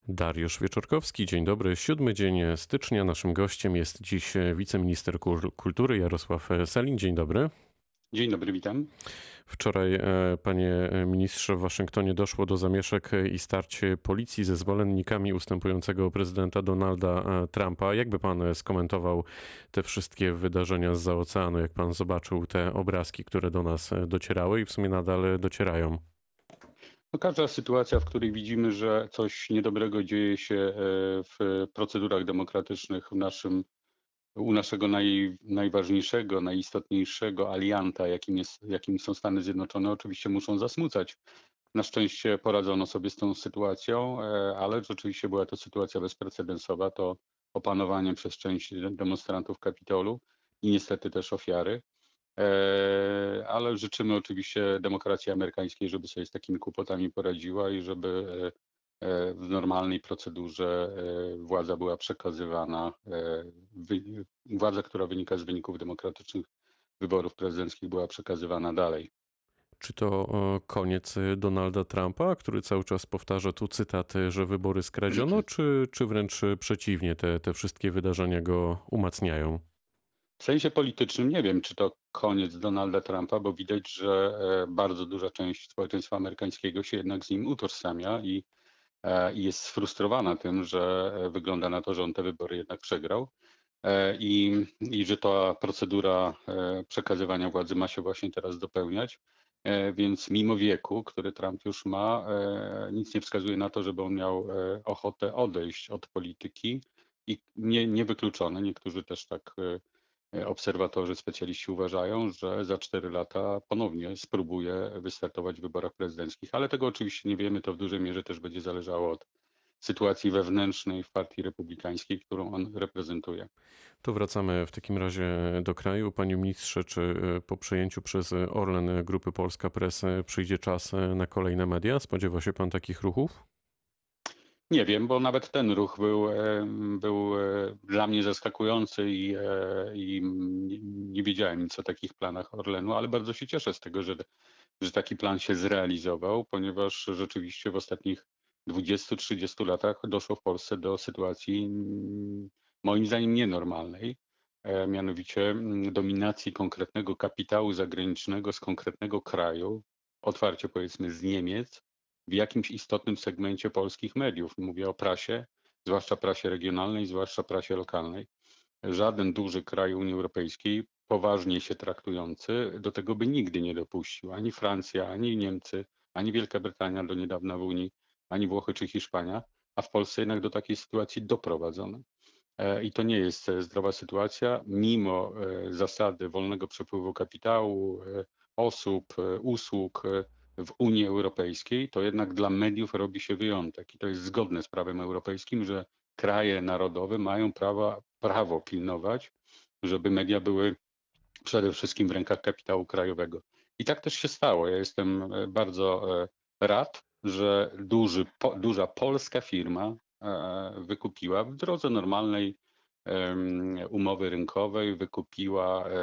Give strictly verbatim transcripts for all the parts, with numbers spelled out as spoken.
Dariusz Wieczorkowski, dzień dobry. Siódmy dzień stycznia. Naszym gościem jest dziś wiceminister Kur- kultury Jarosław Sellin. Dzień dobry. Dzień dobry, witam. Wczoraj, e, panie ministrze, w Waszyngtonie doszło do zamieszek i starć policji ze zwolennikami ustępującego prezydenta Donalda e, Trumpa. Jakby pan skomentował te wszystkie wydarzenia zza oceanu, jak pan zobaczył te obrazki, które do nas docierały i w sumie nadal docierają? No, każda sytuacja, w której widzimy, że coś niedobrego dzieje się e, w procedurach demokratycznych w naszym, u naszego naj, najważniejszego, najistotniejszego alianta, jakim, jest, jakim są Stany Zjednoczone, oczywiście muszą zasmucać. Na szczęście poradzono sobie z tą sytuacją, e, ale rzeczywiście była to sytuacja bezprecedensowa. To opanowanie przez część demonstrantów Kapitolu i niestety też ofiary. E, ale życzymy oczywiście demokracji amerykańskiej, żeby sobie z takimi kłopotami poradziła i żeby e, e, w normalnej procedurze e, władza była przekazywana, e, wy- władza, która wynika z wyników demokratycznych wyborów prezydenckich, była przekazywana dalej. Czy to e, koniec Donalda Trumpa, który cały czas powtarza tu cytat, że wybory skradziono, czy, czy wręcz przeciwnie, te, te wszystkie wydarzenia go umacniają? W sensie politycznym nie wiem, czy to koniec Donalda Trumpa, bo widać, że e, bardzo duża część społeczeństwa amerykańskiego się jednak z nim utożsamia i e, i jest sfrustrowana tym, że e, wygląda na to, że on te wybory jednak przegrał e, i, i że ta procedura e, przekazywania władzy ma się właśnie teraz dopełniać. E, Więc mimo wieku, który Trump już ma, e, nic nie wskazuje na to, żeby on miał e, ochotę odejść od polityki i nie, niewykluczone, niektórzy też tak e, E, obserwatorzy, specjaliści uważają, że za cztery lata ponownie spróbuje wystartować w wyborach prezydenckich, ale tego oczywiście nie wiemy. To w dużej mierze też będzie zależało od sytuacji wewnętrznej w Partii Republikańskiej, którą on reprezentuje. To wracamy w takim razie do kraju. Panie ministrze, czy e, po przejęciu przez Orlen Grupy Polska Press e, przyjdzie czas e, na kolejne media? Spodziewa się pan takich ruchów? Nie wiem, bo nawet ten ruch był, e, był e, dla mnie zaskakujący i, e, i nie nie wiedziałem nic o takich planach Orlenu, ale bardzo się cieszę z tego, że, że taki plan się zrealizował, ponieważ rzeczywiście w ostatnich dwudziestu trzydziestu latach doszło w Polsce do sytuacji mm, moim zdaniem nienormalnej, e, mianowicie mm, dominacji konkretnego kapitału zagranicznego z konkretnego kraju, otwarcie powiedzmy z Niemiec, w jakimś istotnym segmencie polskich mediów. Mówię o prasie, zwłaszcza prasie regionalnej, zwłaszcza prasie lokalnej. Żaden duży kraj Unii Europejskiej, poważnie się traktujący, do tego by nigdy nie dopuścił. Ani Francja, ani Niemcy, ani Wielka Brytania do niedawna w Unii, ani Włochy czy Hiszpania, a w Polsce jednak do takiej sytuacji doprowadzono. E, I to nie jest e, zdrowa sytuacja, mimo e, zasady wolnego przepływu kapitału, e, osób, e, usług e, w Unii Europejskiej, to jednak dla mediów robi się wyjątek. I to jest zgodne z prawem europejskim, że kraje narodowe mają prawa, prawo pilnować, żeby media były przede wszystkim w rękach kapitału krajowego. I tak też się stało. Ja jestem e, bardzo e, rad, że duży, po, duża polska firma e, wykupiła w drodze normalnej em, umowy rynkowej, wykupiła e,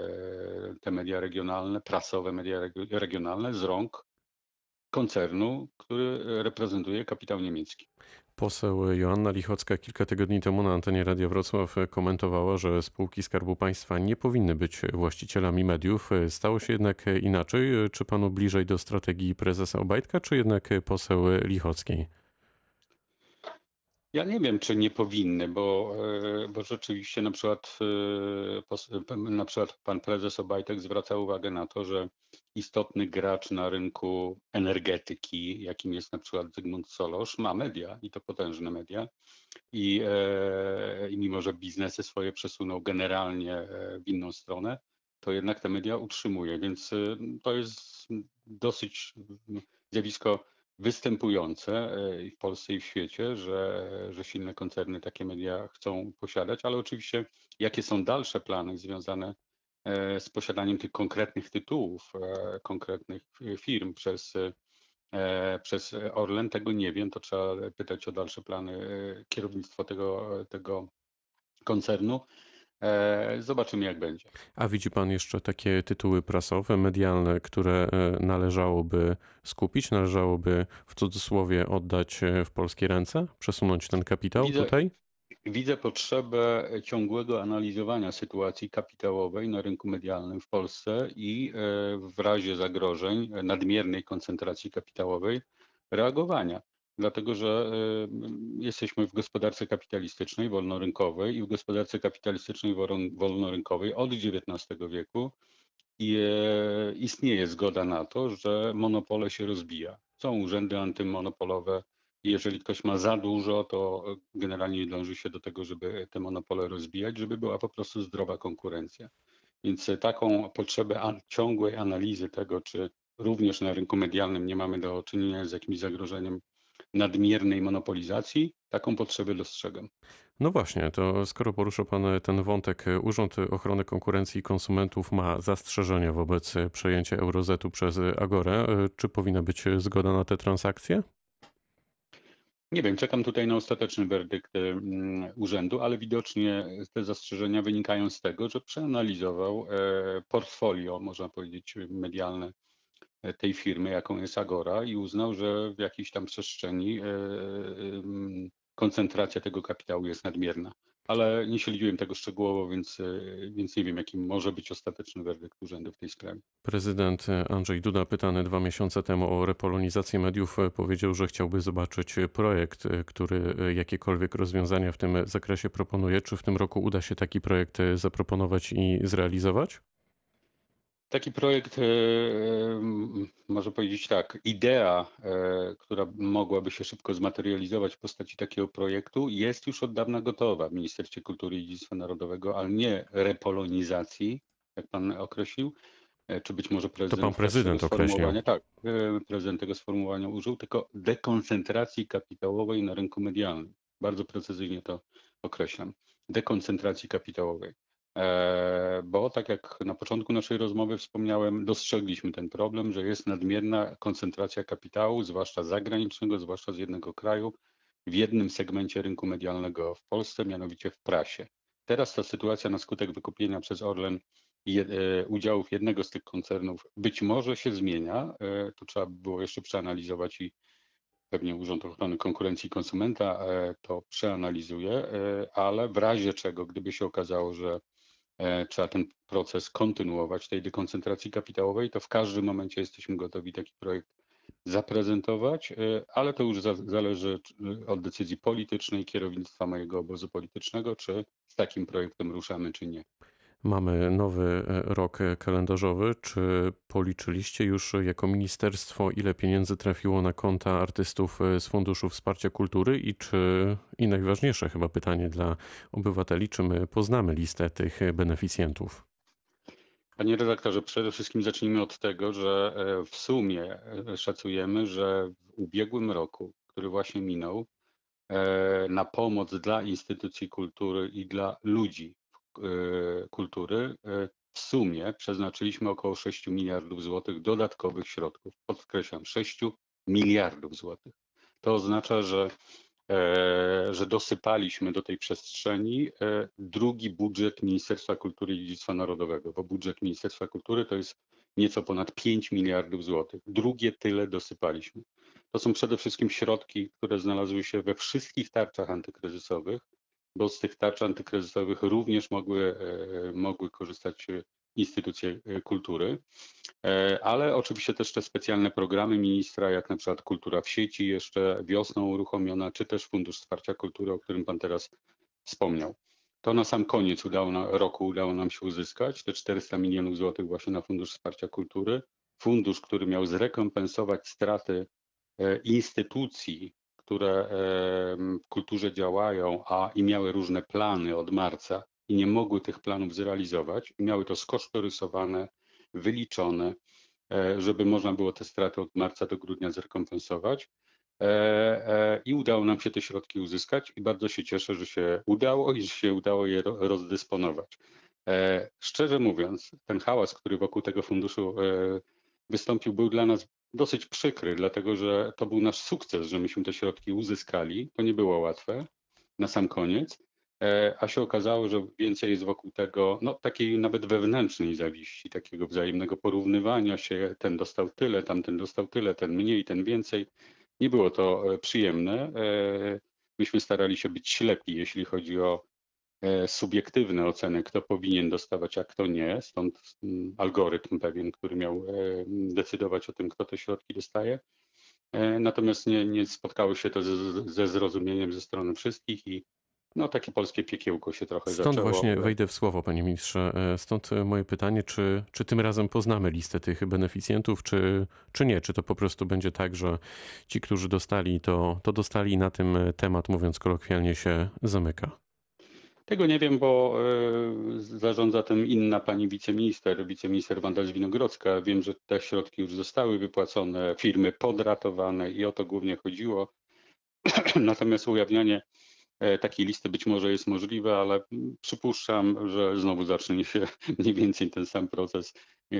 te media regionalne, prasowe media reg- regionalne z rąk koncernu, który reprezentuje kapitał niemiecki. Poseł Joanna Lichocka kilka tygodni temu na antenie Radia Wrocław komentowała, że spółki Skarbu Państwa nie powinny być właścicielami mediów. Stało się jednak inaczej. Czy panu bliżej do strategii prezesa Obajtka, czy jednak poseł Lichockiej? Ja nie wiem, czy nie powinny, bo, e, bo rzeczywiście na przykład, e, pos- p- na przykład pan prezes Obajtek zwraca uwagę na to, że istotny gracz na rynku energetyki, jakim jest na przykład Zygmunt Solorz, ma media i to potężne media. I, e, i mimo, że biznesy swoje przesunął generalnie e, w inną stronę, to jednak te media utrzymuje, więc e, to jest dosyć mm, zjawisko występujące e, i w Polsce i w świecie, że, że silne koncerny takie media chcą posiadać, ale oczywiście jakie są dalsze plany związane e, z posiadaniem tych konkretnych tytułów, e, konkretnych firm przez e, przez Orlen, tego nie wiem, to trzeba pytać o dalsze plany e, kierownictwo tego, tego koncernu. E, Zobaczymy, jak będzie. A widzi pan jeszcze takie tytuły prasowe, medialne, które e, należałoby skupić, należałoby w cudzysłowie oddać e, w polskie ręce, przesunąć ten kapitał Widzę, tutaj? widzę potrzebę ciągłego analizowania sytuacji kapitałowej na rynku medialnym w Polsce i e, w razie zagrożeń, e, nadmiernej koncentracji kapitałowej reagowania. Dlatego, że e, jesteśmy w gospodarce kapitalistycznej, wolnorynkowej i w gospodarce kapitalistycznej, wolno- wolnorynkowej od dziewiętnastego wieku i e, istnieje zgoda na to, że monopole się rozbija. Są urzędy antymonopolowe i jeżeli ktoś ma za dużo, to generalnie dąży się do tego, żeby te monopole rozbijać, żeby była po prostu zdrowa konkurencja. Więc e, taką potrzebę an- ciągłej analizy tego, czy również na rynku medialnym nie mamy do czynienia z jakimś zagrożeniem nadmiernej monopolizacji, taką potrzebę dostrzegam. No właśnie, to skoro poruszył pan e, ten wątek, e, Urząd Ochrony Konkurencji i Konsumentów ma zastrzeżenia wobec e, przejęcia Eurozetu przez e, Agorę. E, Czy powinna być e, zgoda na te transakcje? Nie wiem, czekam tutaj na ostateczny werdykt mm, urzędu, ale widocznie te zastrzeżenia wynikają z tego, że przeanalizował e, portfolio, można powiedzieć, medialne e, tej firmy, jaką jest Agora, i uznał, że w jakiejś tam przestrzeni e, em, koncentracja tego kapitału jest nadmierna. Ale nie śledziłem tego szczegółowo, więc, e, więc nie wiem, jaki może być ostateczny werdykt urzędu w tej sprawie. Prezydent Andrzej Duda, pytany dwa miesiące temu o repolonizację mediów, e, powiedział, że chciałby zobaczyć projekt, e, który e, jakiekolwiek rozwiązania w tym zakresie proponuje. Czy w tym roku uda się taki projekt e, zaproponować i zrealizować? Taki projekt, e, m, można powiedzieć tak, idea, e, która mogłaby się szybko zmaterializować w postaci takiego projektu, jest już od dawna gotowa w Ministerstwie Kultury i Dziedzictwa Narodowego, ale nie repolonizacji, jak pan określił, e, czy być może To prezydent pan też tego prezydent określił. sformułowania, tak, e, prezydent tego sformułowania użył, tylko dekoncentracji kapitałowej na rynku medialnym. Bardzo precyzyjnie to określam. Dekoncentracji kapitałowej. E, Bo tak jak na początku naszej rozmowy wspomniałem, dostrzegliśmy ten problem, że jest nadmierna koncentracja kapitału, zwłaszcza zagranicznego, zwłaszcza z jednego kraju, w jednym segmencie rynku medialnego w Polsce, mianowicie w prasie. Teraz ta sytuacja na skutek wykupienia przez Orlen je, e, udziałów jednego z tych koncernów być może się zmienia. E, To trzeba by było jeszcze przeanalizować i pewnie Urząd Ochrony Konkurencji i Konsumenta e, to przeanalizuje, e, ale w razie czego, gdyby się okazało, że e, trzeba ten proces kontynuować, tej dekoncentracji kapitałowej, to w każdym momencie jesteśmy gotowi taki projekt zaprezentować, e, ale to już za, zależy od decyzji politycznej kierownictwa mojego obozu politycznego, czy z takim projektem ruszamy, czy nie. Mamy nowy e, rok e, kalendarzowy. Czy policzyliście już e, jako ministerstwo, ile pieniędzy trafiło na konta artystów e, z Funduszu Wsparcia Kultury i czy, i najważniejsze chyba pytanie dla obywateli, czy my poznamy listę tych e, beneficjentów? Panie redaktorze, przede wszystkim zacznijmy od tego, że e, w sumie e, szacujemy, że w ubiegłym roku, który właśnie minął, e, na pomoc dla instytucji kultury i dla ludzi e, kultury e, w sumie przeznaczyliśmy około sześciu miliardów złotych dodatkowych środków. Podkreślam, sześciu miliardów złotych. To oznacza, że e, że dosypaliśmy do tej przestrzeni e, drugi budżet Ministerstwa Kultury i Dziedzictwa Narodowego, bo budżet Ministerstwa Kultury to jest nieco ponad pięć miliardów złotych. Drugie tyle dosypaliśmy. To są przede wszystkim środki, które znalazły się we wszystkich tarczach antykryzysowych, bo z tych tarcz antykryzysowych również mogły, e, mogły korzystać e, instytucje e, kultury. E, Ale oczywiście też te specjalne programy ministra, jak na przykład Kultura w sieci, jeszcze wiosną uruchomiona, czy też Fundusz Wsparcia Kultury, o którym Pan teraz wspomniał. To na sam koniec udało na, roku udało nam się uzyskać te czterysta milionów złotych właśnie na Fundusz Wsparcia Kultury. Fundusz, który miał zrekompensować straty e, instytucji, które e, w kulturze działają, a i miały różne plany od marca i nie mogły tych planów zrealizować. Miały to skosztorysowane, wyliczone, e, żeby można było te straty od marca do grudnia zrekompensować. E, e, I udało nam się te środki uzyskać i bardzo się cieszę, że się udało i że się udało je ro- rozdysponować. E, Szczerze mówiąc, ten hałas, który wokół tego funduszu e, wystąpił, był dla nas dosyć przykry, dlatego że to był nasz sukces, że myśmy te środki uzyskali. To nie było łatwe na sam koniec. e, a się okazało, że więcej jest wokół tego, no takiej nawet wewnętrznej zawiści, takiego wzajemnego porównywania się, ten dostał tyle, tamten dostał tyle, ten mniej, ten więcej. Nie było to e, przyjemne. E, Myśmy starali się być ślepi, jeśli chodzi o e, subiektywne oceny, kto powinien dostawać, a kto nie. Stąd mm, algorytm pewien, który miał e, decydować o tym, kto te środki dostaje. E, Natomiast nie, nie spotkało się to ze, ze zrozumieniem ze strony wszystkich i no takie polskie piekiełko się trochę Stąd zaczęło. właśnie wejdę w słowo, panie ministrze. E, Stąd e, moje pytanie, czy, czy tym razem poznamy listę tych beneficjentów, czy, czy nie? Czy to po prostu będzie tak, że ci, którzy dostali, to, to dostali i na tym e, temat, mówiąc kolokwialnie, się zamyka? Tego nie wiem, bo e, zarządza tym inna pani wiceminister, wiceminister Wanda Zwinogrodzka. Wiem, że te środki już zostały wypłacone, firmy podratowane i o to głównie chodziło. Natomiast ujawnianie e, takiej listy być może jest możliwe, ale mm, przypuszczam, że znowu zacznie się mniej więcej ten sam proces. e,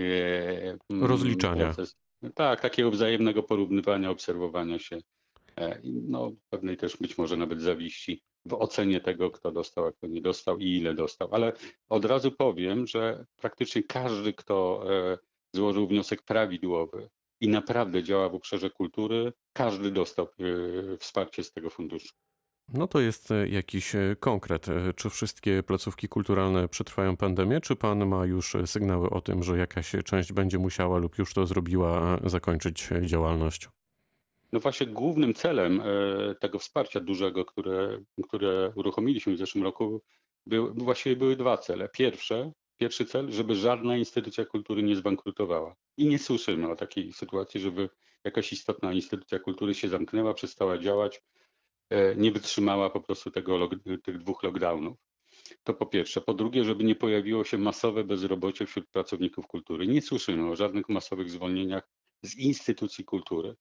mm, Rozliczania. Proces, tak, takiego wzajemnego porównywania, obserwowania się. e, i No, pewnej też być może nawet zawiści w ocenie tego, kto dostał, a kto nie dostał i ile dostał. Ale od razu powiem, że praktycznie każdy, kto e, złożył wniosek prawidłowy i naprawdę działa w obszarze kultury, każdy dostał e, wsparcie z tego funduszu. No to jest e, jakiś e, konkret. E, Czy wszystkie placówki kulturalne przetrwają pandemię, czy pan ma już e, sygnały o tym, że jakaś część będzie musiała lub już to zrobiła e, zakończyć e, działalność? No właśnie głównym celem e, tego wsparcia dużego, które, które uruchomiliśmy w zeszłym roku, był, właściwie były dwa cele. Pierwsze, pierwszy cel, żeby żadna instytucja kultury nie zbankrutowała. I nie słyszymy o takiej sytuacji, żeby jakaś istotna instytucja kultury się zamknęła, przestała działać, e, nie wytrzymała po prostu tego, log- tych dwóch lockdownów. To po pierwsze. Po drugie, żeby nie pojawiło się masowe bezrobocie wśród pracowników kultury. Nie słyszymy o żadnych masowych zwolnieniach z instytucji kultury,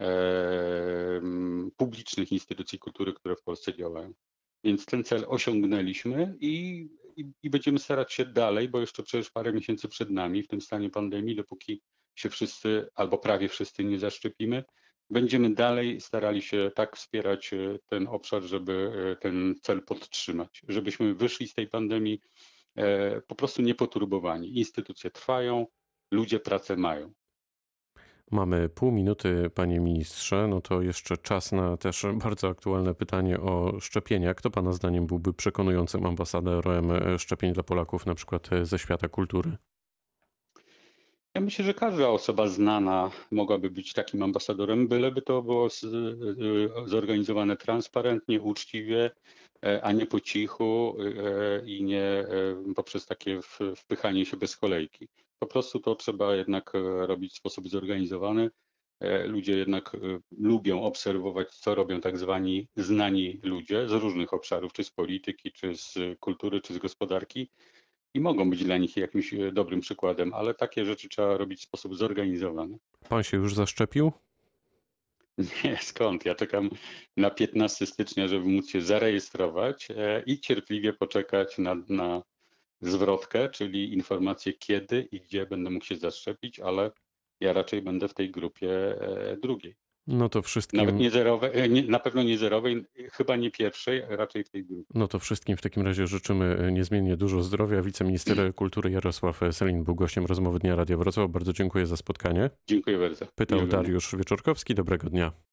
em, publicznych instytucji kultury, które w Polsce działają. Więc ten cel osiągnęliśmy i, i, i będziemy starać się dalej, bo jeszcze przecież parę miesięcy przed nami w tym stanie pandemii, dopóki się wszyscy albo prawie wszyscy nie zaszczepimy, będziemy dalej starali się tak wspierać e, ten obszar, żeby e, ten cel podtrzymać, żebyśmy wyszli z tej pandemii e, po prostu niepoturbowani. Instytucje trwają, ludzie pracę mają. Mamy pół minuty, panie ministrze. No to jeszcze czas na też bardzo aktualne pytanie o szczepienia. Kto pana zdaniem byłby przekonującym ambasadorem e, szczepień dla Polaków, na przykład e, ze świata kultury? Ja myślę, że każda osoba znana mogłaby być takim ambasadorem, byleby to było z, y, zorganizowane transparentnie, uczciwie, e, a nie po cichu e, i nie e, poprzez takie w- wpychanie się bez kolejki. Po prostu to trzeba jednak e, robić w sposób zorganizowany. E, Ludzie jednak e, lubią obserwować, co robią tak zwani znani ludzie z różnych obszarów, czy z polityki, czy z kultury, czy z gospodarki i mogą być dla nich jakimś e, dobrym przykładem, ale takie rzeczy trzeba robić w sposób zorganizowany. Pan się już zaszczepił? Nie, skąd? Ja czekam na piętnastego stycznia, żeby móc się zarejestrować e, i cierpliwie poczekać na, na zwrotkę, czyli informację kiedy i gdzie będę mógł się zaszczepić, ale ja raczej będę w tej grupie e, drugiej. No to Nawet wszystkim, nie zerowej, e, nie, na pewno nie zerowej, chyba nie pierwszej, raczej w tej grupie. no to wszystkim w takim razie życzymy e, niezmiennie dużo zdrowia. Wiceminister kultury Jarosław Sellin był gościem rozmowy Dnia Radia Wrocław. Bardzo dziękuję za spotkanie. Dziękuję bardzo. Pytał Miłego dnia. Dariusz Wieczorkowski. Dobrego dnia.